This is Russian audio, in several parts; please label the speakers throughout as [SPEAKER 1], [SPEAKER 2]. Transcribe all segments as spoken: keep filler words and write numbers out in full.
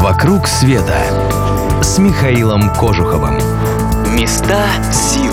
[SPEAKER 1] «Вокруг света» с Михаилом Кожуховым. Места силы.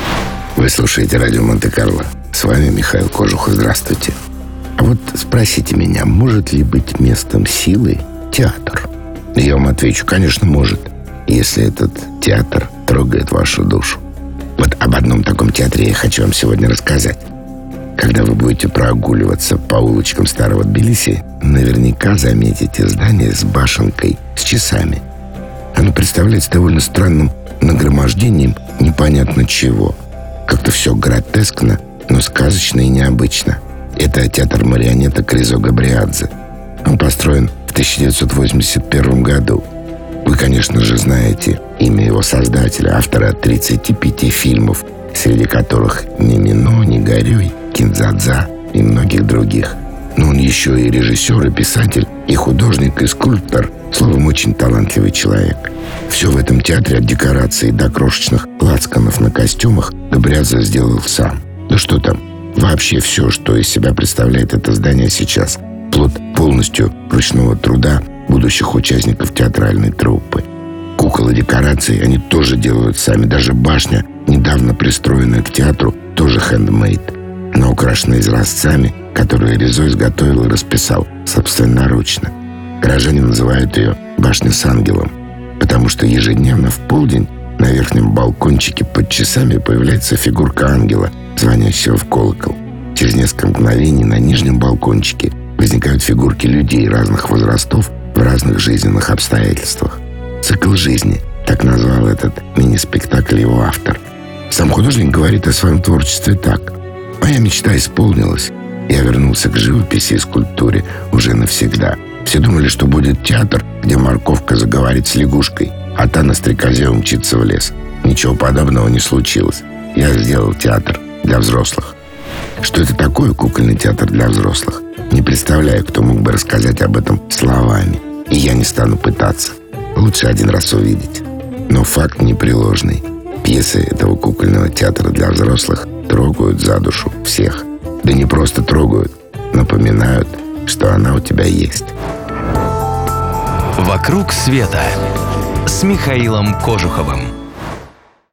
[SPEAKER 2] Вы слушаете радио Монте-Карло. С вами Михаил Кожухов. Здравствуйте. А вот спросите меня, может ли быть местом силы театр? Я вам отвечу, конечно, может, если этот театр трогает вашу душу. Вот об одном таком театре я хочу вам сегодня рассказать. Когда вы будете прогуливаться по улочкам старого Тбилиси, наверняка заметите здание с башенкой с часами. Оно представляется довольно странным нагромождением непонятно чего. Как-то все гротескно, но сказочно и необычно. Это театр марионеток Ризо Габриадзе. Он построен в тысяча девятьсот восемьдесят первом году. Вы, конечно же, знаете имя его создателя, автора тридцати пяти фильмов, среди которых «Мимино», «Не горюй», «Кин-дза-дза» и многих других. Но он еще и режиссер, и писатель, и художник, и скульптор. Словом, очень талантливый человек. Все в этом театре, от декораций до крошечных лацканов на костюмах, Габриадзе сделал сам. Да что там, вообще все, что из себя представляет это здание сейчас, плод полностью ручного труда будущих участников театральной труппы. Кукол и декорации они тоже делают сами. Даже башня, недавно пристроенная к театру, тоже хендмейд. Но украшена изразцами, которые Ризо изготовил и расписал собственноручно. Горожане называют ее «башня с ангелом», потому что ежедневно в полдень на верхнем балкончике под часами появляется фигурка ангела, звонящего в колокол. Через несколько мгновений на нижнем балкончике возникают фигурки людей разных возрастов в разных жизненных обстоятельствах. «Цикл жизни» — так назвал этот мини-спектакль его автор. Сам художник говорит о своем творчестве так: «Моя мечта исполнилась. Я вернулся к живописи и скульптуре уже навсегда. Все думали, что будет театр, где морковка заговорит с лягушкой, а та на стрекозе умчится в лес. Ничего подобного не случилось. Я сделал театр для взрослых». Что это такое кукольный театр для взрослых? Не представляю, кто мог бы рассказать об этом словами. И я не стану пытаться. Лучше один раз увидеть. Но факт непреложный. Пьесы этого кукольного театра для взрослых трогают за душу всех. Да не просто трогают, напоминают, что она у тебя есть.
[SPEAKER 1] «Вокруг света» с Михаилом Кожуховым.